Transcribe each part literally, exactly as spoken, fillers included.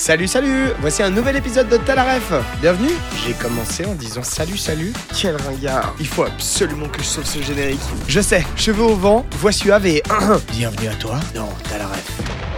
Salut, salut! Voici un nouvel épisode de Talaref. Bienvenue! J'ai commencé en disant salut, salut. Quel ringard! Il faut absolument que je sauve ce générique. Je sais, cheveux au vent, voix suave et... Bienvenue à toi dans Talaref.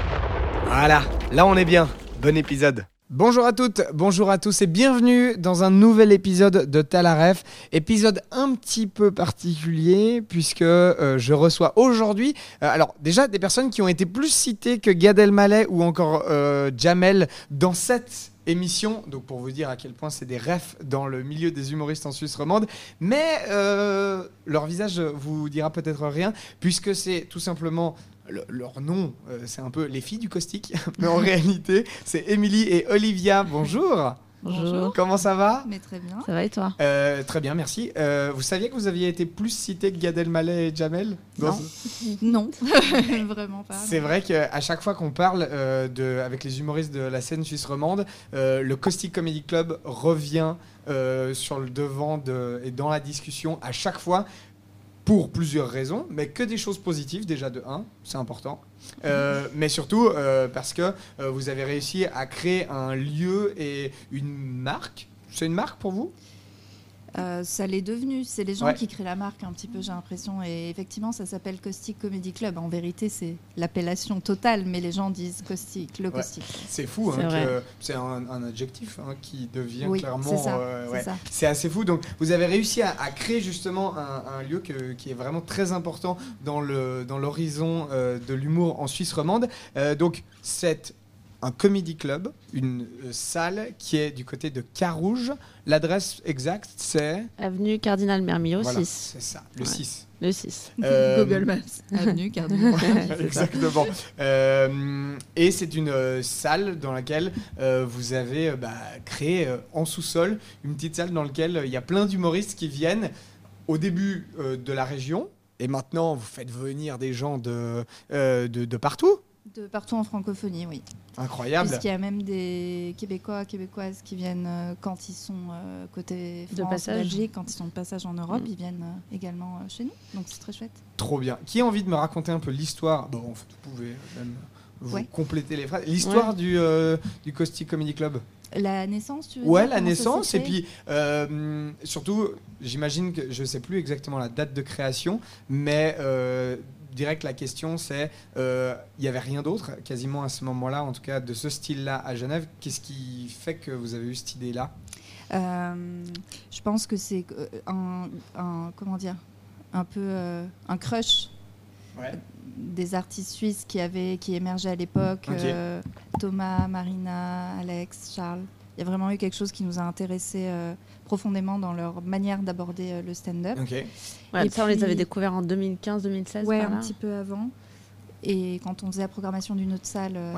Voilà, là on est bien. Bon épisode. Bonjour à toutes, bonjour à tous et bienvenue dans un nouvel épisode de Talaref. Épisode un petit peu particulier puisque euh, je reçois aujourd'hui, euh, alors déjà des personnes qui ont été plus citées que Gad Elmaleh ou encore euh, Jamel dans cette émission. Donc pour vous dire à quel point c'est des refs dans le milieu des humoristes en Suisse romande. Mais euh, leur visage vous dira peut-être rien puisque c'est tout simplement... Le, leur nom, euh, c'est un peu les filles du caustique, mais en réalité, c'est Émilie et Olivia. Bonjour. Bonjour. Comment ça va? Mais très bien. Ça va et toi? euh, Très bien, merci. Euh, vous saviez que vous aviez été plus cité que Gad Elmaleh et Jamel? Non, ce... non. Vraiment pas. C'est vrai qu'à chaque fois qu'on parle euh, de, avec les humoristes de la scène suisse romande, euh, le Caustic Comedy Club revient euh, sur le devant de, et dans la discussion à chaque fois. Pour plusieurs raisons, mais que des choses positives, déjà de un, c'est important. Euh, mais surtout euh, parce que euh, vous avez réussi à créer un lieu et une marque. C'est une marque pour vous ? Euh, ça l'est devenu. C'est les gens Ouais. qui créent la marque un petit peu, j'ai l'impression. Et effectivement, ça s'appelle Caustic Comedy Club. En vérité, c'est l'appellation totale, mais les gens disent Caustic, le Ouais. Caustic. C'est fou, C'est hein, vrai. que c'est un, un adjectif hein, qui devient Oui, clairement... c'est ça, euh, c'est ouais. ça. C'est assez fou. Donc, vous avez réussi à, à créer justement un, un lieu que- qui est vraiment très important dans, le, dans l'horizon euh, de l'humour en Suisse romande. Euh, donc, c'est un comedy club, une euh, salle qui est du côté de Carouge. L'adresse exacte, c'est... Avenue Cardinal Mermillot, Voilà, six. c'est ça, le Ouais. six. Le six. Euh, Google Maps. Avenue Cardinal. Exactement. Euh, et c'est une euh, salle dans laquelle euh, vous avez euh, bah, créé euh, en sous-sol une petite salle dans laquelle euh, il y a plein d'humoristes qui viennent au début euh, de la région et maintenant vous faites venir des gens de, euh, de, de partout. De partout en francophonie, oui. Incroyable. Puisqu'il y a même des Québécois, Québécoises qui viennent euh, quand ils sont euh, côté De France, passage. Belgique, quand ils sont de passage en Europe, Mm. ils viennent euh, également euh, chez nous. Donc c'est très chouette. Trop bien. Qui a envie de me raconter un peu l'histoire? Bon, en fait, vous pouvez même vous Ouais. compléter les phrases. L'histoire Ouais. du, euh, du Caustic Comedy Club. La naissance, tu veux Ouais, dire, la comment ça naissance, s'est et fait puis euh, surtout, j'imagine que je sais plus exactement la date de création, mais euh, direct la question c'est, euh, il n'y avait rien d'autre quasiment à ce moment-là, en tout cas de ce style-là à Genève. Qu'est-ce qui fait que vous avez eu cette idée-là? Euh, je pense que c'est euh, un, un- comment dire, un peu euh, un crush Ouais. des artistes suisses qui avaient, qui émergeaient à l'époque. Ok. euh, Thomas, Marina, Alex, Charles. Il y a vraiment eu quelque chose qui nous a intéressés euh, profondément dans leur manière d'aborder euh, le stand-up. Ok. Ouais, Et ça, on les puis- avait découverts en deux mille quinze deux mille seize. Ouais, par un là. petit peu avant. Et quand on faisait la programmation d'une autre salle euh, Ouais.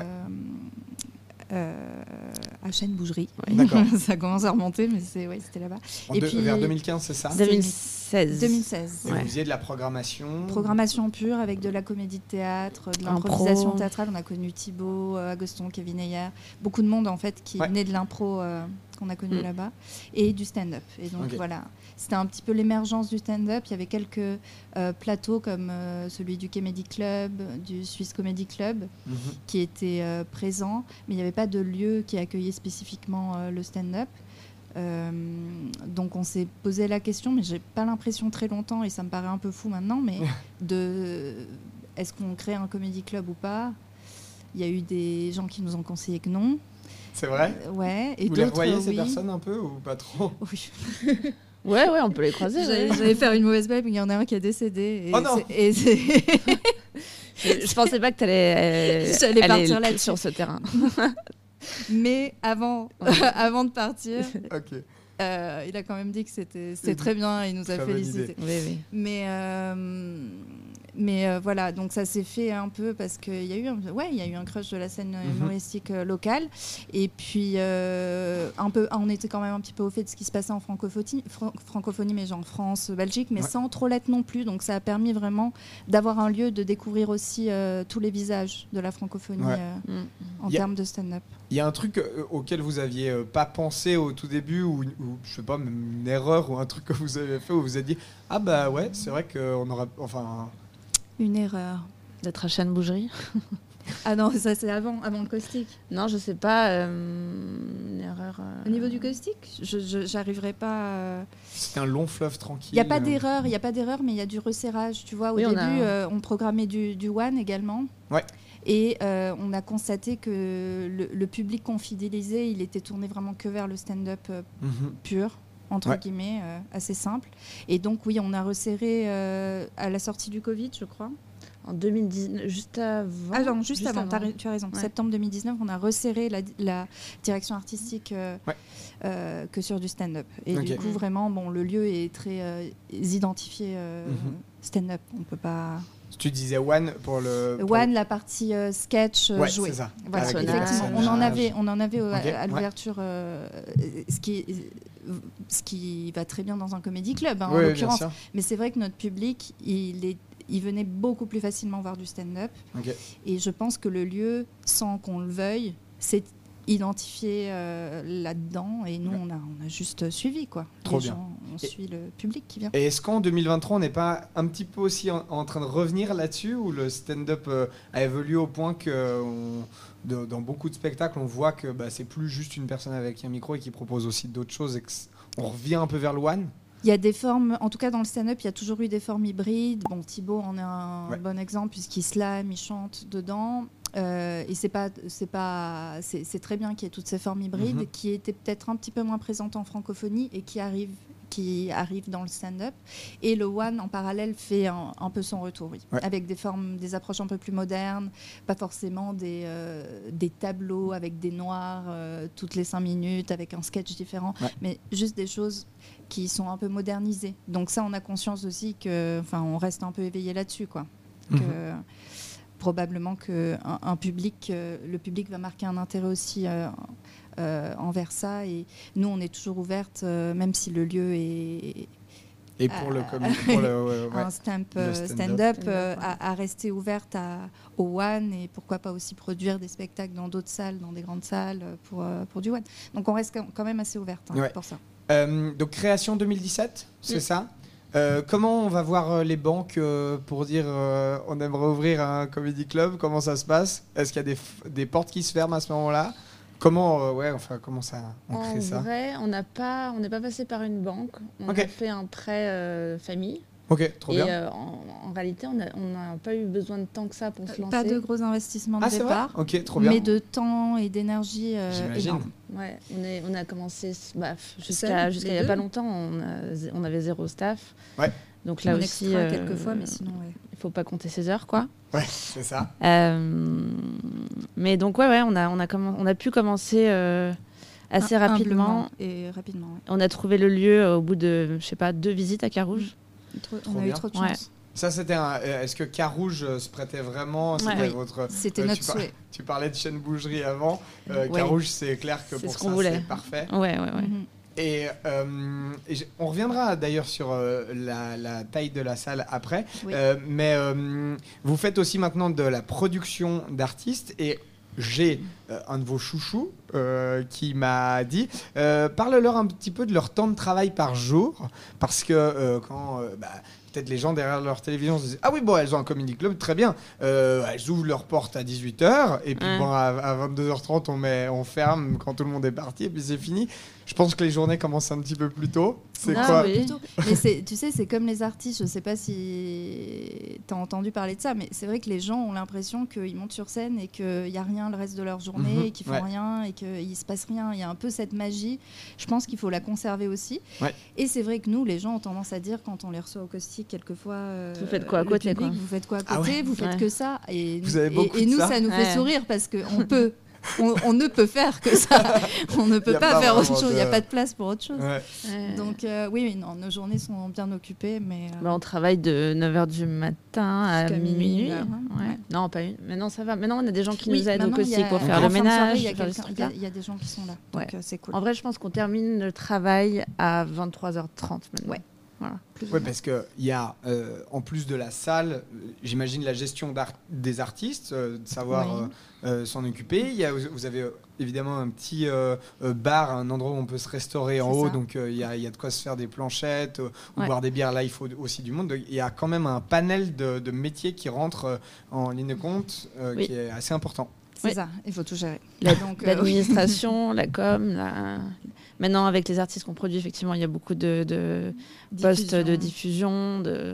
euh, à Chêne Bougerie, D'accord. ça commence à remonter, mais c'est, ouais, c'était là-bas. En Et deux- puis- vers deux mille quinze, c'est ça? deux mille seize. deux mille seize. Et Ouais. vous faisiez de la programmation. Programmation pure avec de la comédie de théâtre, de Impro. l'improvisation théâtrale. On a connu Thibaut, euh, Agoston, Kevin Ayer, beaucoup de monde en fait qui Ouais. venait de l'impro euh, qu'on a connu Mm. là-bas et du stand-up. Et donc Ok. voilà, c'était un petit peu l'émergence du stand-up. Il y avait quelques euh, plateaux comme euh, celui du Comedy Club, du Swiss Comedy Club Mhm. qui étaient euh, présents, mais il n'y avait pas de lieu qui accueillait spécifiquement euh, le stand-up. Euh, donc on s'est posé la question, mais j'ai pas l'impression très longtemps, et ça me paraît un peu fou maintenant, mais de est-ce qu'on crée un comedy club ou pas? Il y a eu des gens qui nous ont conseillé que non. C'est vrai? Euh, ouais, et Vous les d'autres revoyez ces oui. personnes un peu ou pas trop? Oui. Ouais, ouais, on peut les croiser. J'allais ouais. j'allais faire une mauvaise blague, mais il y en a un qui est décédé. Et Oh non. c'est- et c'est- Je, je pensais pas que t'allais euh, J'allais aller partir là-dessus. sur ce terrain. mais avant, avant de partir, Ok. euh, il a quand même dit que c'était c'était Une très bien, il nous a très bonne félicité. Oui, oui. Mais, euh, mais euh, voilà, donc ça s'est fait un peu parce qu'il y a eu un, ouais, il y a eu un crush de la scène Mhm. humoristique euh, locale. Et puis, euh, un peu, on était quand même un petit peu au fait de ce qui se passait en francophonie, fran- francophonie mais genre France, Belgique, mais Ouais. sans trop l'être non plus. Donc ça a permis vraiment d'avoir un lieu de découvrir aussi euh, tous les visages de la francophonie Ouais. euh, Mm. en Il y a- termes de stand-up. Il y a un truc euh, auquel vous aviez euh, pas pensé au tout début ou, ou je sais pas, même une erreur ou un truc que vous avez fait où vous vous êtes dit ah bah ouais c'est vrai qu'on aurait enfin Une erreur. D'être à Chêne Bougerie. Ah non, ça c'est avant, avant le caustique. Non, je sais pas. Euh, une erreur. euh, Au niveau du caustique, je, je j'arriverai pas. euh, C'était un long fleuve tranquille. Il n'y a pas euh. d'erreur, il y a pas d'erreur, mais il y a du resserrage. Tu vois, au Oui, on début, a- euh, on programmait du, du one également. Ouais. Et euh, on a constaté que le, le public qu'on fidélisait, il était tourné vraiment que vers le stand-up euh, Mhm. pur, entre Ouais. guillemets, euh, assez simple. Et donc, oui, on a resserré euh, à la sortie du Covid, je crois. En deux mille dix-neuf, juste avant. Ah non, juste, avant, t'as ra- tu as raison. Ouais. Septembre deux mille dix-neuf, on a resserré la, la direction artistique euh, Ouais. euh, que sur du stand-up. Et Ok. du coup, vraiment, bon, le lieu est très euh, identifié euh, Mhm. stand-up. On peut pas. Tu disais One pour le. pour- One, la partie euh, sketch euh, Ouais, jouée. c'est ça. Voilà, Avec les effectivement, on en personnages. avait, on en avait euh, Ok, à, à ouais. l'ouverture, euh, ce qui, est- ce qui va très bien dans un comédie club, hein, Oui, en oui, bien l'occurrence. sûr. Mais c'est vrai que notre public, il est, il venait beaucoup plus facilement voir du stand-up. Ok. Et je pense que le lieu, sans qu'on le veuille, s'est identifié euh, là-dedans. Et nous, on a, on a juste suivi, quoi. Trop Les bien. gens, on Et- suit le public qui vient. Et est-ce qu'en deux mille vingt-trois, on n'est pas un petit peu aussi en, en train de revenir là-dessus, où le stand-up euh, a évolué au point que on- de- dans beaucoup de spectacles, on voit que bah, c'est plus juste une personne avec un micro et qui propose aussi d'autres choses et qu'on revient un peu vers le one. Il y a des formes, en tout cas dans le stand-up, il y a toujours eu des formes hybrides. Bon, Thibaut en est un Ouais. bon exemple puisqu'il slame, il chante dedans. Euh, et c'est pas, c'est pas, c'est, c'est très bien qu'il y ait toutes ces formes hybrides Mhm. qui étaient peut-être un petit peu moins présentes en francophonie et qui arrivent, qui arrivent dans le stand-up. Et le one en parallèle fait un, un peu son retour, oui, Ouais. avec des formes, des approches un peu plus modernes, pas forcément des, euh, des tableaux avec des noirs euh, toutes les cinq minutes, avec un sketch différent, Ouais. mais juste des choses qui sont un peu modernisées. Donc ça, on a conscience aussi que, enfin, on reste un peu éveillé là-dessus, quoi. Que, Mhm. probablement que un, un public, euh, le public va marquer un intérêt aussi euh, euh, envers ça. Et nous, on est toujours ouverte, euh, même si le lieu est Et pour le Euh, com- pour le ouais, ouais. un stamp, Le euh, stand-up. stand-up, Stand-up, euh, ouais. à, à rester ouverte à, au one et pourquoi pas aussi produire des spectacles dans d'autres salles, dans des grandes salles euh, pour, euh, pour du one. Donc on reste quand même assez ouverte hein, Ouais. pour ça. Euh, donc création deux mille dix-sept, c'est Mm. ça. Euh, comment on va voir euh, les banques euh, pour dire euh, on aimerait ouvrir un comedy club? Comment ça se passe? Est-ce qu'il y a des, f- des portes qui se ferment à ce moment-là? Comment euh, ouais enfin comment ça on En crée ça? vrai, on n'a pas, on n'est pas passé par une banque. On Ok. a fait un prêt euh, famille. Ok, trop et bien. euh, en, en réalité, on n'a on n'a pas eu besoin de temps que ça pour se lancer. Pas de gros investissements de Ah c'est vrai? départ, Ok, trop bien. mais de temps et d'énergie euh, J'imagine. énorme. Ouais, on, est, on a commencé bah, Seul, jusqu'à jusqu'à il les n'y a pas deux. longtemps, on, a zé- on avait zéro staff. Ouais. Donc là on aussi, extra euh, quelques fois, mais sinon, ouais. il faut pas compter ses heures, quoi. Ouais, c'est ça. Euh, mais donc ouais, ouais, on a, on a, commen- on a pu commencer euh, assez Hum- rapidement. humblement et rapidement. ouais. On a trouvé le lieu euh, au bout de, je sais pas, deux visites à Carouge. Trop- Trop on a bien. eu trop de Ouais. chance. Ça c'était un euh, est-ce que Carouge euh, se prêtait vraiment? C'était Ouais. votre C'était euh, notre tu, par- souhait. tu parlais de chaîne bougerie avant. Euh, Ouais. Carouge c'est clair que C'est pour ce ça qu'on voulait. c'est parfait. Ouais, ouais, ouais. Mhm. Et, euh, et j'ai- on reviendra d'ailleurs sur euh, la, la taille de la salle après. Oui. Euh, mais euh, vous faites aussi maintenant de la production d'artistes et j'ai euh, un de vos chouchous euh, qui m'a dit euh, parle-leur un petit peu de leur temps de travail par jour parce que euh, quand euh, bah, peut-être les gens derrière leur télévision se disent ah oui bon elles ont un comedy club très bien. Euh, elles ouvrent leurs portes à dix-huit heures et puis Ouais. bon à, à vingt-deux heures trente on met on ferme quand tout le monde est parti et puis c'est fini. Je pense que les journées commencent un petit peu plus tôt. C'est Ah quoi oui. Plutôt. Mais c'est- tu sais, c'est comme les artistes. Je sais pas si tu as entendu parler de ça, mais c'est vrai que les gens ont l'impression qu'ils montent sur scène et qu'il n'y a rien le reste de leur journée, Mhm, et qu'ils font ouais. rien et qu'il se passe rien. Il y a un peu cette magie. Je pense qu'il faut la conserver aussi. Ouais. Et c'est vrai que nous, les gens ont tendance à dire quand on les reçoit au caustique, quelquefois. euh, Vous faites quoi à le côté, public, quoi. Vous faites quoi à côté Ah ouais. Vous faites Ouais. que ça. Et, Vous avez et- beaucoup et de nous, ça ça, nous Ouais. fait sourire parce qu'on peut. On, on ne peut faire que ça. On ne Y peut a pas, pas faire autre vraiment chose. Il n'y a de- pas de place pour autre chose. Ouais. Ouais. Donc euh, oui, oui, non, nos journées sont bien occupées, mais euh, Bah, on travaille de neuf heures du matin à Jusqu'à minuit. minuit, une heure, hein. Ouais. Ouais. Non, pas une. Maintenant, ça va. Maintenant, on a des gens qui oui, nous aident au maintenant, il y a- quotidien pour faire en le fin de soirée, ménage. Il y, a pour faire quelqu'un- ce il y a- truc-là. il y a des gens qui sont là, donc Ouais. euh, c'est cool. En vrai, je pense qu'on termine le travail à vingt-trois heures trente maintenant. Ouais. Voilà, plus ou Oui, moins. parce qu'il y a, euh, en plus de la salle, euh, j'imagine la gestion d'art- des artistes, euh, de savoir Oui. euh, euh, s'en occuper. Il y a, vous avez euh, évidemment un petit euh, euh, bar, un endroit où on peut se restaurer en C'est haut, ça. donc euh, il y, a, il y a de quoi se faire des planchettes euh, ou Ouais. boire des bières. Là, il faut aussi du monde. Donc, il y a quand même un panel de, de métiers qui rentrent euh, en ligne de compte euh, Oui. qui est assez important. C'est Oui. ça, il faut tout gérer. La- Donc, euh, L'administration, la com, la... maintenant avec les artistes qu'on produit, effectivement, il y a beaucoup de, de postes de diffusion, de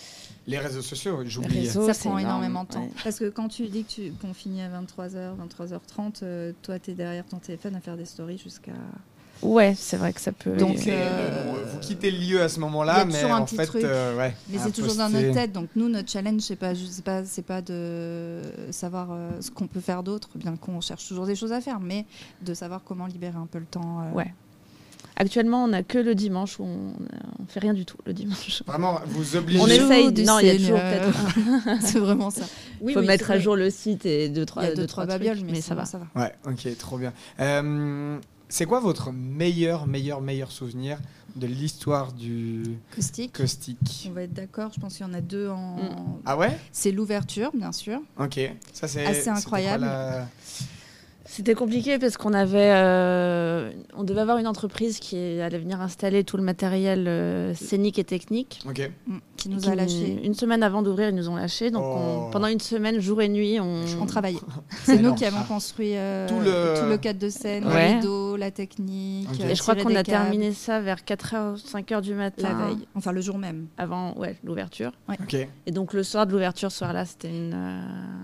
Les réseaux sociaux, j'oublie. réseaux. Ça c'est prend énorme, énormément de temps. ouais. Parce que quand tu dis que tu, qu'on finit à vingt-trois heures, vingt-trois heures trente, euh, toi, tu es derrière ton téléphone à faire des stories jusqu'à... Ouais, c'est vrai que ça peut. Donc, C'est- euh, vous, vous quittez le lieu à ce il y moment-là, a mais toujours un en petit fait, truc. euh, ouais, Mais à c'est toujours dans poster. notre tête. Donc nous, notre challenge, c'est pas, c'est pas, c'est pas de savoir euh, ce qu'on peut faire d'autre, bien qu'on cherche toujours des choses à faire, mais de savoir comment libérer un peu le temps. euh. Ouais. Actuellement, on n'a que le dimanche où on, on fait rien du tout le dimanche. Vraiment, vous obligez. On Jour essaye. du Non, il y a toujours Seigneur. peut-être. C'est vraiment ça. Il faut mettre à jour le site et deux trois, Il y a deux, deux, trois trois babioles, trucs, mais, mais ça va. Ça va. Ouais, ok, trop bien. Euh, c'est quoi votre meilleur, meilleur, meilleur souvenir de l'histoire du Caustique. caustique? On va être d'accord. Je pense qu'il y en a deux en. Mm. Ah ouais? C'est l'ouverture, bien sûr. Ok, ça c'est Assez c'était quoi incroyable. la- C'était compliqué parce qu'on avait, euh, on devait avoir une entreprise qui allait venir installer tout le matériel euh, scénique et technique. Ok. Mm. Qui nous Qui a lâchés. Une semaine avant d'ouvrir, ils nous ont lâchés. Donc Oh. on- pendant une semaine, jour et nuit, on, On travaillait. C'est C'est nous énorme. qui avons Ah. construit euh, Tout le- tout le cadre de scène, Ouais. les rideaux, la technique. Ok. euh, Et je crois tirer qu'on des a câbles. terminé ça vers quatre heures, cinq heures du matin. La veille, enfin le jour même. Avant ouais, l'ouverture. Ok. Et donc le soir de l'ouverture, ce soir-là, c'était une euh,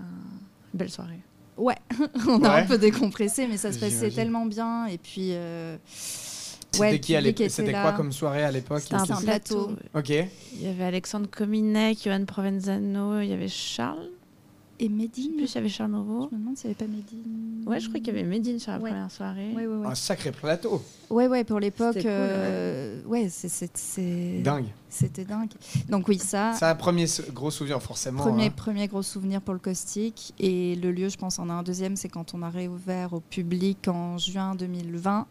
belle soirée. Ouais, on a Ouais. un peu décompressé, mais ça se passait J'imagine. tellement bien. Et puis, euh, C'était ouais, le qui à public l'époque? était C'était là. quoi comme soirée à l'époque? C'était un C'est un plateau. plateau. Ok. Il y avait Alexandre Cominec, Johan Provenzano, il y avait Charles. Et Je sais Médine. plus, il y avait Charles Nouveau. Je me demande s'il n'y avait pas Médine. Ouais, je crois qu'il y avait Médine sur la Ouais. première soirée. Ouais, ouais, ouais. Un sacré plateau. Ouais, ouais, pour l'époque, C'était cool, euh, ouais, c'est, c'est, c'est- Dingue. c'était dingue. Donc oui, ça, C'est un premier sou- gros souvenir, forcément. premier, hein. premier gros souvenir pour le caustique. Et le lieu, je pense, en a un deuxième, c'est quand on a réouvert au public en juin deux mille vingt.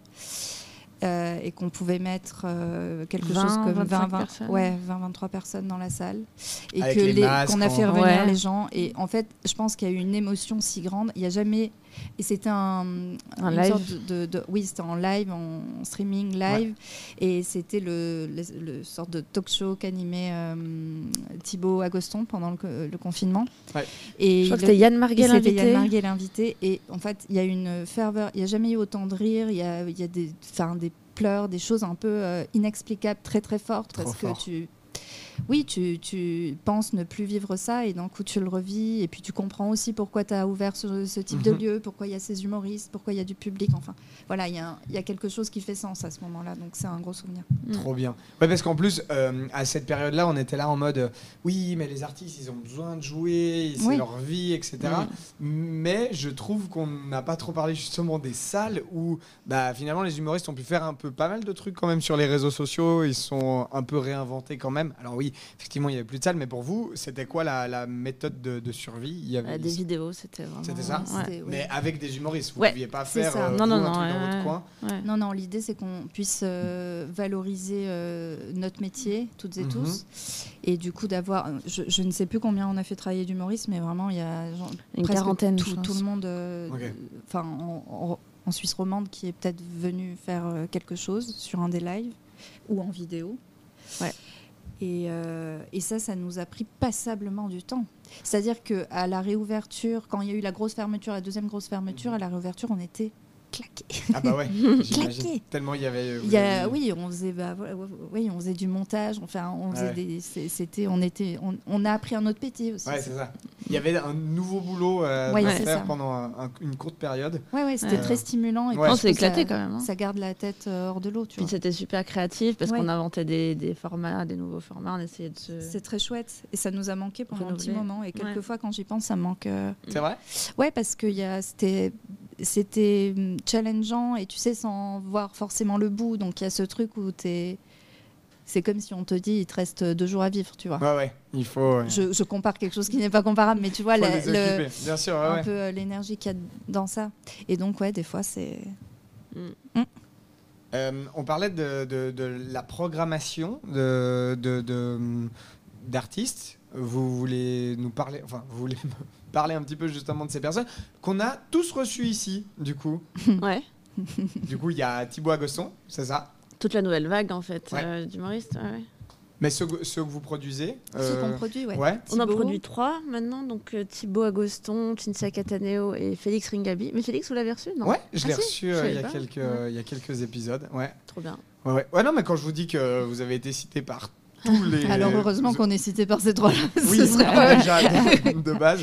euh, et qu'on pouvait mettre euh, quelque vingt, chose comme vingt-cinq vingt, vingt, personnes. ouais, vingt, vingt-trois personnes dans la salle. Et Avec que les les- masques qu'on a fait en- revenir Ouais. les gens. Et en fait, je pense qu'il y a eu une émotion si grande. Il n'y a jamais. Et c'était un, Un une live. sorte de, de- de- oui, c'était en live, en streaming live. Et c'était le, le, le sorte de talk show qu'animait euh, Thibaut Agoston pendant le, co- le confinement. Ouais. Et Je crois il- que c'était Yann Marguet et c'était l'invité. Yann Marguet l'invité. Et en fait, il y a une ferveur. Il n'y a jamais eu autant de rire. Il y a, il y a des, enfin, des pleurs, des choses un peu euh, inexplicables, très très fortes. Trop parce fort. que tu. Oui, tu, tu penses ne plus vivre ça et d'un coup tu le revis et puis tu comprends aussi pourquoi tu as ouvert ce, ce type de Mhm. lieu, pourquoi il y a ces humoristes, pourquoi il y a du public. Enfin, voilà, il y, a un- il y a quelque chose qui fait sens à ce moment-là, donc c'est un gros souvenir. Trop bien. Ouais, parce qu'en plus, euh, à cette période-là, on était là en mode euh, oui, mais les artistes, ils ont besoin de jouer, c'est Oui. leur vie, et cetera. Mais je trouve qu'on n'a pas trop parlé justement des salles où bah, finalement les humoristes ont pu faire un peu pas mal de trucs quand même sur les réseaux sociaux. Ils sont un peu réinventés quand même. Alors oui, effectivement, il n'y avait plus de salles, mais pour vous, c'était quoi la, la méthode de, de survie? Il y avait Euh, des vidéos, c'était vraiment. C'était ça Ouais. C'était- ouais. Mais avec des humoristes, vous ne Ouais, pouviez pas c'est faire ça. euh, Non, vous, non, un non, truc dans ouais, votre ouais. coin. Ouais. Non, non, l'idée c'est qu'on puisse euh, valoriser euh, notre métier, toutes et Mhm. tous. Et du coup, d'avoir. Je, je ne sais plus combien on a fait travailler d'humoristes, mais vraiment, il y a genre, Une presque quarantaine, tout, je pense. tout le monde. euh, Ok. Enfin, en, en- en Suisse romande qui est peut-être venu faire euh, quelque chose sur un des lives ou en vidéo. Ouais. Et, euh, et ça, ça nous a pris passablement du temps. C'est-à-dire qu'à la réouverture, quand il y a eu la grosse fermeture, la deuxième grosse fermeture, à la réouverture, on était claqués. Ah bah ouais, j'imagine. Claqué. Tellement il y avait. Il y a, oui, on faisait, bah, voilà, oui, on faisait du montage. Enfin, on faisait Ouais. des, c'est- c'était, on était, on, on a appris un autre métier aussi. Ouais, c'est ça. Il y avait un nouveau boulot euh, Ouais, de c'est faire ça. pendant un- un- une courte période. Ouais, ouais, c'était Ouais. très stimulant. Et Ouais. puis, On je s'est trouve éclaté ça- quand même. hein. Ça garde la tête euh, hors de l'eau, tu Puis vois. c'était super créatif parce Ouais. qu'on inventait des, des formats, des nouveaux formats, on essayait de se. C'est très chouette et ça nous a manqué pendant un petit Renouveler. moment. Et Ouais. quelquefois, quand j'y pense, ça me manque. euh, C'est vrai? Ouais, parce que y a, c'était, c'était hum, challengeant et tu sais, sans voir forcément le bout. Donc il y a ce truc où t'es. C'est comme si on te dit, il te reste deux jours à vivre, tu vois. Ouais, ouais. Il faut. ouais. Je, je compare quelque chose qui n'est pas comparable, mais tu vois, Faut la- les le, occuper. Bien sûr, ouais, un ouais. peu euh, l'énergie qu'il y a dans ça. Et donc, ouais, des fois, c'est. Euh, on parlait de, de, de la programmation de, de, de, d'artistes. Vous voulez nous parler, enfin, vous voulez me parler un petit peu justement de ces personnes qu'on a tous reçues ici, du coup. Ouais. Du coup, il y a Thibaut Agoston, c'est ça? Toute la nouvelle vague, en fait, Ouais. euh, d'humoristes. Ouais, ouais. Mais ceux, ceux que vous produisez Ceux euh, qu'on produit, ouais. ouais. On en Thibaut. produit trois maintenant, donc euh, Thibaut Agoston, Cinzia Cataneo et Félix Ringabi. Mais Félix, vous l'avez reçu? Non. Ouais, je l'ai Ah, si, reçu je euh, il, y savais a pas. quelques, Ouais. il y a quelques épisodes. Ouais. Trop bien. Ouais, ouais. Ouais, non, mais quand je vous dis que vous avez été cité par tous les. Alors heureusement qu'on est cité par ces trois-là. Oui, Ce serait pas- déjà de base.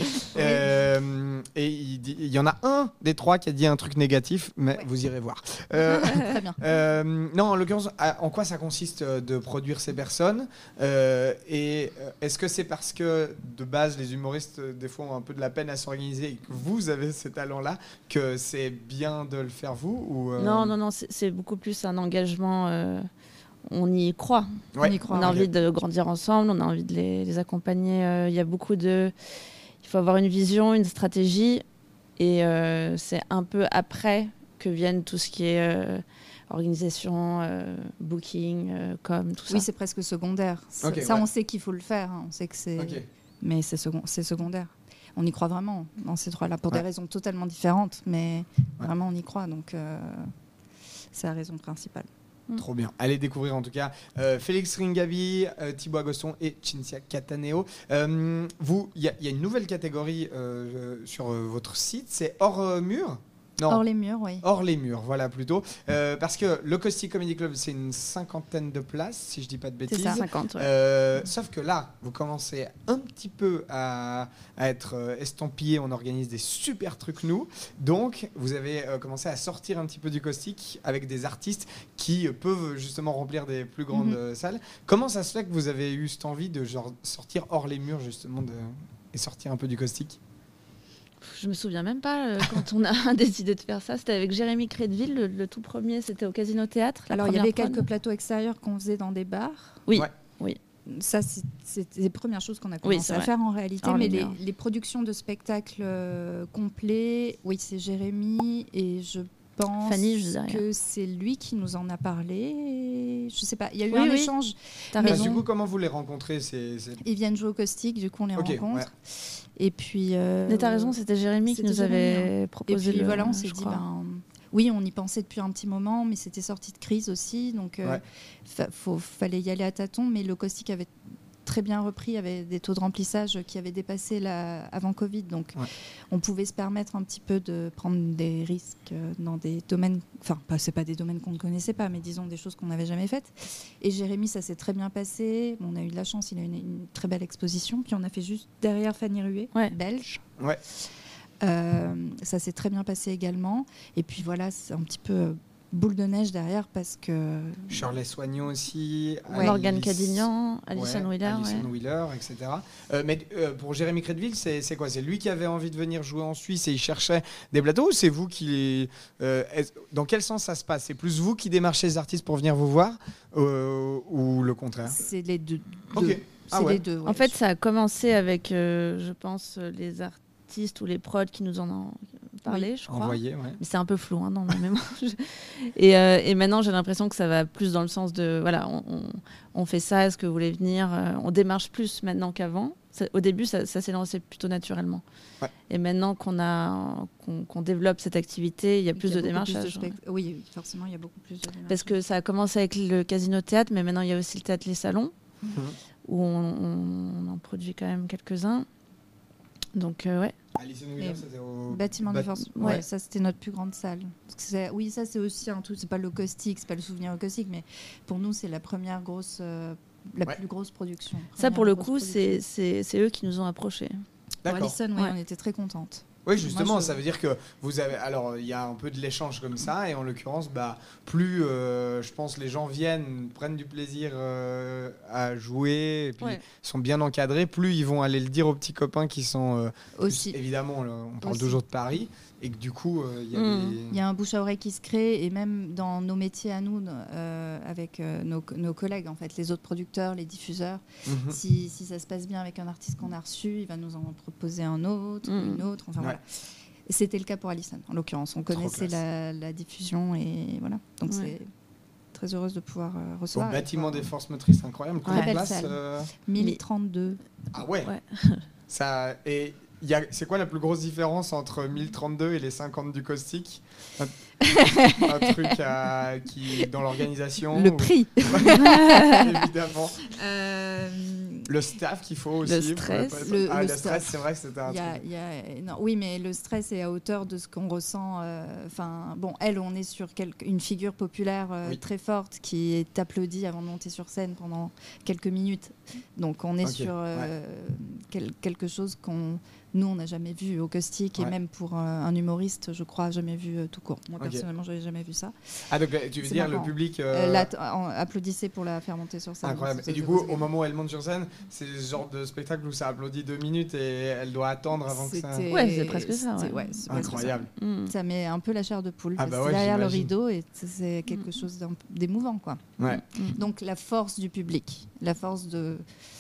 Euh, et il, dit- il y en a un des trois qui a dit un truc négatif, mais Ouais. vous irez voir. Euh, Très bien. euh, non, en l'occurrence, à- en quoi ça consiste euh, de produire ces personnes euh, Et euh, est-ce que c'est parce que de base, les humoristes, euh, des fois, ont un peu de la peine à s'organiser et que vous avez ces talents-là, que c'est bien de le faire vous ou, euh, Non, non, non, c'est c'est beaucoup plus un engagement. euh, on y croit. Ouais. On y croit. On a ok. envie de grandir ensemble, on a envie de les, les accompagner. euh, Il y a beaucoup de. Il faut avoir une vision, une stratégie. Et euh, c'est un peu après que viennent tout ce qui est euh, organisation, euh, booking, euh, com, tout ça. Oui, c'est presque secondaire. C'est- Ok, ça, ouais. on sait qu'il faut le faire. hein. On sait que c'est. Ok. Mais c'est second... c'est secondaire. On y croit vraiment dans ces trois-là pour Ouais. des raisons totalement différentes, mais Ouais. vraiment on y croit. Donc euh, c'est la raison principale. Trop bien. Allez découvrir en tout cas euh, Félix Ringabi, euh, Thibaut Agoston et Cinzia Cataneo. Euh, vous, il y, a- il y a une nouvelle catégorie euh, sur euh, votre site, c'est hors euh, mur. Non. Hors les murs, oui. Hors les murs, voilà plutôt. Euh, parce que le Caustic Comedy Club, c'est une cinquantaine de places, si je dis pas de bêtises. ça. cinquante, ouais. Euh, sauf que là, vous commencez un petit peu à, à être euh, estampillé. On organise des super trucs, nous. Donc, vous avez euh, commencé à sortir un petit peu du caustique avec des artistes qui euh, peuvent justement remplir des plus grandes Mhm. euh, salles. Comment ça se fait que vous avez eu cette envie de genre, sortir hors les murs, justement, de, et sortir un peu du caustique? Je me souviens même pas euh, quand on a décidé de faire ça. C'était avec Jérémy Crédville, le, le tout premier, c'était au Casino Théâtre. la Alors il y première avait prod. quelques plateaux extérieurs qu'on faisait dans des bars. Oui, Ouais. oui. Ça, c'est- c'était les premières choses qu'on a Oui, commencé c'est à vrai. faire en réalité. Hors mais les les, murs. les productions de spectacles euh, complets, oui, c'est Jérémy et je pense Fanny, je dirais. que c'est lui qui nous en a parlé. Je sais pas, il y a eu Oui, un oui. échange. T'as Mais Parce que raison. du coup, comment vous les rencontrez c'est, c'est... Ils viennent jouer au caustique, du coup on les Ok, rencontre. ouais. Et puis. euh, Mais t'as raison, c'était Jérémy qui c'était nous Jérémy, avait Et proposé puis le. voilà, on je s'est dit, crois. ben, oui, on y pensait depuis un petit moment, mais c'était sorti de crise aussi, donc euh, Ouais. fa- faut- fallait y aller à tâtons. Mais le caustique avait très bien repris, avait des taux de remplissage qui avaient dépassé la, avant Covid, donc Ouais. on pouvait se permettre un petit peu de prendre des risques euh, dans des domaines, enfin, pas, c'est pas des domaines qu'on ne connaissait pas, mais disons des choses qu'on n'avait jamais faites. Et Jérémy, ça s'est très bien passé. On a eu de la chance, il a eu une, une très belle exposition. Puis on a fait juste derrière Fanny Ruet, Ouais. belge. Ouais. Euh, ça s'est très bien passé également. Et puis voilà, c'est un petit peu euh, boule de neige derrière parce que. Shirley Soignon aussi. Ouais. Morgane Alice- Cadignan, Alison Ouais, Wheeler. Alison ouais. Wheeler, et cetera. Euh, mais euh, pour Jérémy Crédville, c'est, c'est quoi? C'est lui qui avait envie de venir jouer en Suisse et il cherchait des plateaux ou c'est vous qui... euh, est- dans quel sens ça se passe? C'est plus vous qui démarchez les artistes pour venir vous voir euh, ou le contraire? C'est les deux. Ok. deux. Ah C'est ouais. les deux. ouais. En fait, ça a commencé avec, euh, je pense, euh, les artistes ou les prods qui nous en ont parlé, je crois. Envoyé, ouais. Mais c'est un peu flou hein, dans ma mémoire. et, euh, et maintenant, j'ai l'impression que ça va plus dans le sens de, voilà, on, on, on fait ça, est-ce que vous voulez venir euh, On démarche plus maintenant qu'avant. Ça- au début, ça, ça s'est lancé plutôt naturellement. Ouais. Et maintenant qu'on a, qu'on, qu'on développe cette activité, il y a Il plus y a de beaucoup plus démarchage. spect- Oui, oui, forcément, il y a beaucoup plus de démarchage. Parce que ça a commencé avec le Casino Théâtre, mais maintenant il y a aussi le Théâtre Les Salons, Mhm. où on, on- on en produit quand même quelques-uns. Donc, euh, ouais. Alison Wheeler, Et c'était au... Bâtiment Bat- de force. ouais. Ouais, ça c'était notre plus grande salle. Parce que c'est- oui, ça c'est aussi un tout. C'est pas le caustique, c'est pas le souvenir au caustique, mais pour nous c'est la première grosse, euh, la Ouais. plus grosse production. Ça, Première pour le grosse coup, c'est, production. c'est, c'est eux qui nous ont approchés. Pour D'accord. Alison, ouais, Ouais. on était très contentes. Oui, justement, Moi, je- ça veut dire que vous avez. Alors, il y a un peu de l'échange comme ça, et en l'occurrence, bah, plus euh, je pense les gens viennent, prennent du plaisir euh, à jouer, et puis Ouais. sont bien encadrés, plus ils vont aller le dire aux petits copains qui sont. euh, plus- Aussi. évidemment, là, on parle Aussi. toujours de Paris, et que du coup, euh, il y a Mm. des. Il y a un bouche à oreille qui se crée, et même dans nos métiers à nous, euh, avec euh, nos, nos collègues, en fait, les autres producteurs, les diffuseurs, Mhm. si, si ça se passe bien avec un artiste qu'on a reçu, il va nous en proposer un autre, Mm. une autre. Enfin Ouais. voilà. Et c'était le cas pour Alison, en l'occurrence. On connaissait classe. la, la diffusion et voilà. Donc Ouais. c'est très heureuse de pouvoir euh, Au recevoir. bâtiment Enfin, des forces motrices, incroyable. Combien Ouais. de Belle places salle. euh, mille trente-deux. Ah ouais, Ouais. Ça, et y a, c'est quoi la plus grosse différence entre mille trente-deux et les cinquante du caustique? un, un truc à, qui, dans l'organisation Le ou- prix. Évidemment. Euh, Le staff qu'il faut aussi. Le pour stress. pas être- Le- ah, le le stress, staff. c'est vrai que c'était un Il y a- truc. il y a- non, oui, mais le stress est à hauteur de ce qu'on ressent. euh, Enfin, bon, elle, on est sur quelque- une figure populaire euh, Oui. très forte qui est applaudie avant de monter sur scène pendant quelques minutes. Donc, on est Ok, sur euh, quel- quelque chose qu'on, nous, on n'a jamais vu au caustique et Ouais. même pour euh, un humoriste, je crois, jamais vu euh, tout court. Moi, Ok. personnellement, je n'avais jamais vu ça. Ah, donc euh, tu veux C'est dire marrant. le public. euh, Euh, là, t- en- applaudissait pour la faire monter sur scène. Incroyable. C'est- Et du c'est- coup, c'est- au moment où elle monte sur scène, c'est ce genre de spectacle où ça applaudit deux minutes et elle doit attendre avant que ça. C'était- Ouais, c'est presque ça, c'était- ouais. c'est presque ça. Incroyable. Mm. Ça met un peu la chair de poule. Ah bah C'est ouais, derrière le j'imagine. rideau et c'est- c'est quelque chose d'un- d'émouvant, quoi. Ouais. Mm. Donc la force du public, la force de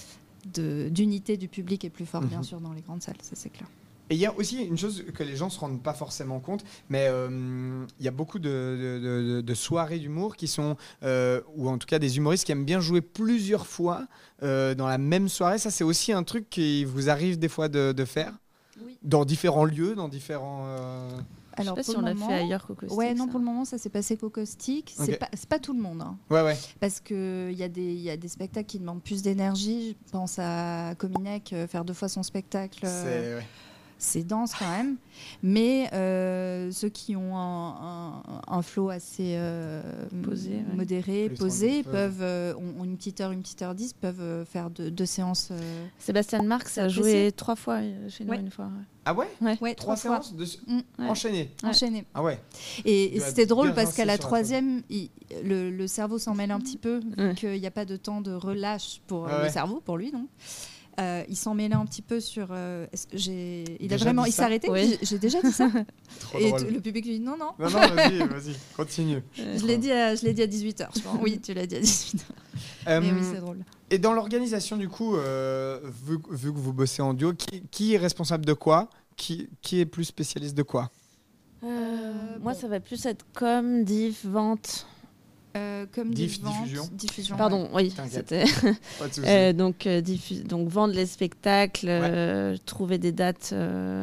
de- d'unité du public est plus forte, bien Mhm. sûr, dans les grandes salles, ça c'est clair. Et il y a aussi une chose que les gens se rendent pas forcément compte, mais euh, il y a beaucoup de, de- de- de soirées d'humour qui sont, euh, ou en tout cas des humoristes qui aiment bien jouer plusieurs fois euh, dans la même soirée. Ça, c'est aussi un truc qui vous arrive des fois de, de faire Oui. dans différents lieux, dans différents. euh, Je sais pas pour si le on l'a moment- fait ailleurs qu'au caustique. Ouais, non, ça. pour le moment, ça s'est passé qu'au caustique. Ok. C'est pas, c'est pas tout le monde, hein, Ouais, ouais. parce qu'il y, a des- il y a des spectacles qui demandent plus d'énergie. Je pense à Cominec, euh, faire deux fois son spectacle. euh, C'est ouais. c'est dense quand même, mais euh, ceux qui ont un, un, un flow assez euh, Posé, ouais. modéré, Plus posé, tranquille, peuvent, euh, ont, ont une petite heure, une petite heure dix, peuvent euh, faire deux, deux séances. euh, Sébastien Marx a Apprécié. joué trois fois euh, chez nous Ouais. une fois. ouais. Ah ouais. ouais, Trois fois séances de... Mm. Ouais. enchaînées. Ouais. enchaînées. Ah ouais. Et, Il et doit c'était drôle bien parce qu'à la rincer sur la troisième, il- le, le cerveau s'en mêle un petit peu, vu Ouais. qu'il n'y a pas de temps de relâche pour euh, Ah ouais. le cerveau, pour lui, non Euh, il s'en mêlait un petit peu sur. euh, est-ce que j'ai, il a Déjà vraiment, dit il s'est ça arrêté. Oui. J'ai, j'ai déjà dit ça. Trop Et drôle. t- le public lui dit non, non. Non, non, vas-y, vas-y, continue. Je l'ai dit à, je l'ai dit à dix-huit heures. Oui, tu l'as dit à dix-huit heures. Euh, Mais oui, c'est drôle. Et dans l'organisation, du coup, euh, vu, vu que vous bossez en duo, qui, qui est responsable de quoi qui, qui est plus spécialiste de quoi Euh, moi, bon. ça va plus être comme diff, vente. Euh, comme Diff, des ventes, diffusion. diffusion. Pardon, oui. T'inquiète. C'était Pas de souci. Euh, donc, euh, diffu- donc vendre les spectacles, euh, trouver des dates, euh,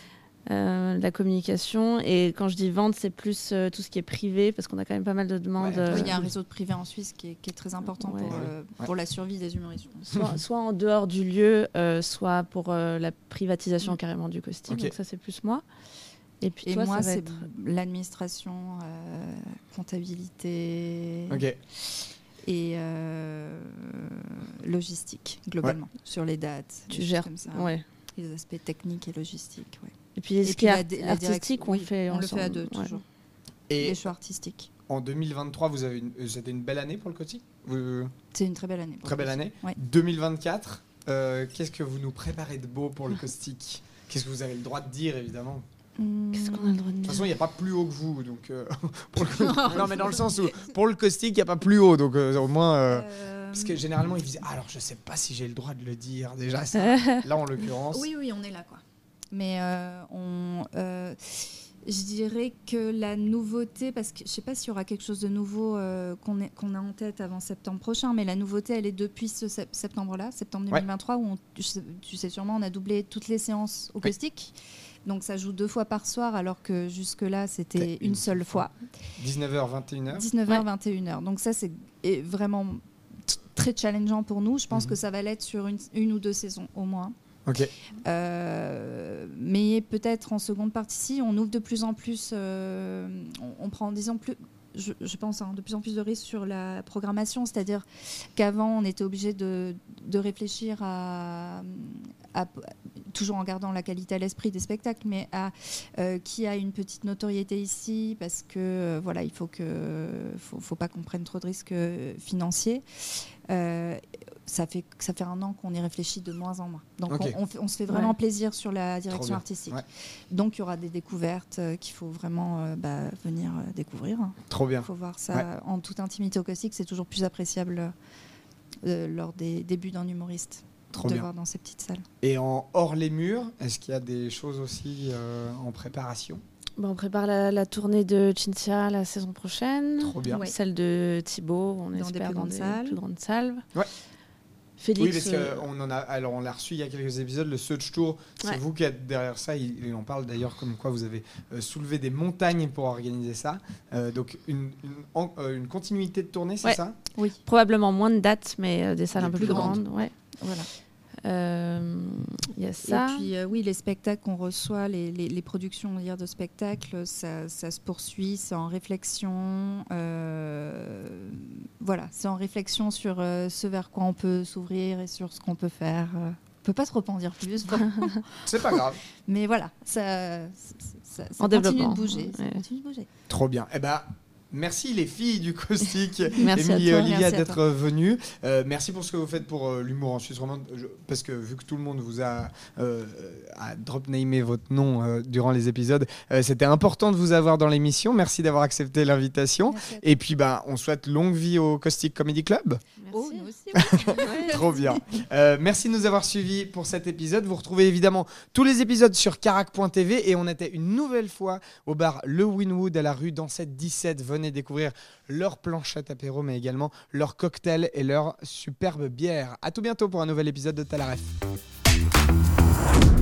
euh, la communication. Et quand je dis vente, c'est plus euh, tout ce qui est privé, parce qu'on a quand même pas mal de demandes. Ouais, euh, Oui, il y a un réseau de privé en Suisse qui est, qui est très important Ouais. pour, Ouais. euh, Ouais. pour la survie des humoristes. soit, soit en dehors du lieu, euh, soit pour euh, la privatisation Mm. carrément du costume. Ok. Donc ça, c'est plus moi. Et puis Et toi, moi, ça va c'est être... l'administration, euh, comptabilité Ok. et euh, logistique, globalement, sur les dates. Tu des choses gères, comme ça. ouais. Les aspects techniques et logistiques. Ouais. Et puis, Et ce puis qui est la art- di- la artistique, direction, on oui, le fait on le fait à ensemble. deux, Ouais. toujours. Et Les choix artistiques. en deux mille vingt-trois, vous avez une, c'était une belle année pour le coaching Vous- C'est une très belle année. pour Très le belle coup. année. Ouais. deux mille vingt-quatre, euh, qu'est-ce que vous nous préparez de beau pour le caustique Qu'est-ce que vous avez le droit de dire, évidemment Qu'est-ce qu'on a le droit de De toute dire façon, il n'y a pas plus haut que vous. Donc, euh, pour le... non, mais dans le sens où, pour le caustique, il n'y a pas plus haut. Donc, euh, au moins. euh, Euh, Parce que généralement, ils disaient ah, alors, je sais pas si j'ai le droit de le dire. Déjà, ça. Là, en l'occurrence. Oui, oui, on est là, quoi. Mais euh, on, euh, je dirais que la nouveauté, parce que je sais pas s'il y aura quelque chose de nouveau euh, qu'on est- qu'on a en tête avant septembre prochain, mais la nouveauté, elle est depuis ce sep- septembre-là, septembre deux mille vingt-trois, où on, tu sais- tu sais sûrement, on a doublé toutes les séances au Oui. caustique. Donc ça joue deux fois par soir, alors que jusque-là, c'était C'était une une seule fois. dix-neuf heures, vingt et une heures. dix-neuf heures, vingt et une heures. Donc ça, c'est est vraiment t- très challengeant pour nous. Je pense Mhm. que ça va l'être sur une, une ou deux saisons au moins. Ok. Euh, mais peut-être en seconde partie, si on ouvre de plus en plus, euh, on, on prend disons plus, je, je pense hein, de plus en plus de risques sur la programmation, c'est-à-dire qu'avant on était obligé de, de réfléchir à, à- toujours en gardant la qualité à l'esprit des spectacles, mais à euh, qui a une petite notoriété ici, parce que euh, voilà, il faut que faut, faut pas qu'on prenne trop de risques euh, financiers. Euh, ça fait, ça fait un an qu'on y réfléchit de moins en moins. Donc Ok. on, on fait- on se fait vraiment Ouais. plaisir sur la Trop direction bien. artistique. Ouais. Donc il y aura des découvertes euh, qu'il faut vraiment euh, bah, venir euh, découvrir. Trop Il bien. faut voir ça en toute intimité au caustique. C'est toujours plus appréciable euh, lors des débuts d'un humoriste Trop de bien. voir dans ces petites salles. Et en hors les murs, est-ce qu'il y a des choses aussi euh, en préparation Bon, on prépare la, la tournée de Cinzia la saison prochaine. Trop bien. Ouais. Celle de Thibaut, on Dans des espère plus dans grandes des salles. plus grandes salles. Ouais. Félix, Oui, parce euh, qu'on en a, alors on l'a reçu il y a quelques épisodes, le Search Tour, c'est Ouais. vous qui êtes derrière ça, il, il en parle d'ailleurs comme quoi vous avez euh, soulevé des montagnes pour organiser ça. Euh, donc une, une, en- euh, une continuité de tournée, c'est Ouais. ça? Oui. probablement moins de dates, mais euh, des salles Des un peu plus plus grandes. grandes. Ouais. Voilà. Euh, Il y a ça. Et puis, euh, oui, les spectacles qu'on reçoit, les, les, les productions on va dire, de spectacles, ça, ça se poursuit, c'est en réflexion. euh, voilà, c'est en réflexion sur euh, ce vers quoi on peut s'ouvrir et sur ce qu'on peut faire. Euh, on peut pas trop en dire plus, vraiment. C'est pas grave. Mais voilà, ça, ça, ça En continue développement. de bouger. Ça Ouais. continue de bouger. Trop bien. Eh ben, merci les filles du caustique, Merci à Émilie et toi. Olivia, Merci à d'être venues. Euh, merci pour ce que vous faites pour euh, l'humour en Suisse romande, je- parce que vu que tout le monde vous a, euh, a drop-namé votre nom euh, durant les épisodes, euh, c'était important de vous avoir dans l'émission. Merci d'avoir accepté l'invitation. Merci à toi. Et puis, bah, on souhaite longue vie au Caustic Comedy Club. Oh, Merci. nous aussi, oui. Ouais. Trop bien. Euh, merci de nous avoir suivis pour cet épisode. Vous retrouvez évidemment tous les épisodes sur carac point t v et on était une nouvelle fois au bar Le Winwood à la rue Dansette dix-sept. Venez découvrir leur planchette apéro mais également leur cocktail et leur superbe bière. À tout bientôt pour un nouvel épisode de Talaref.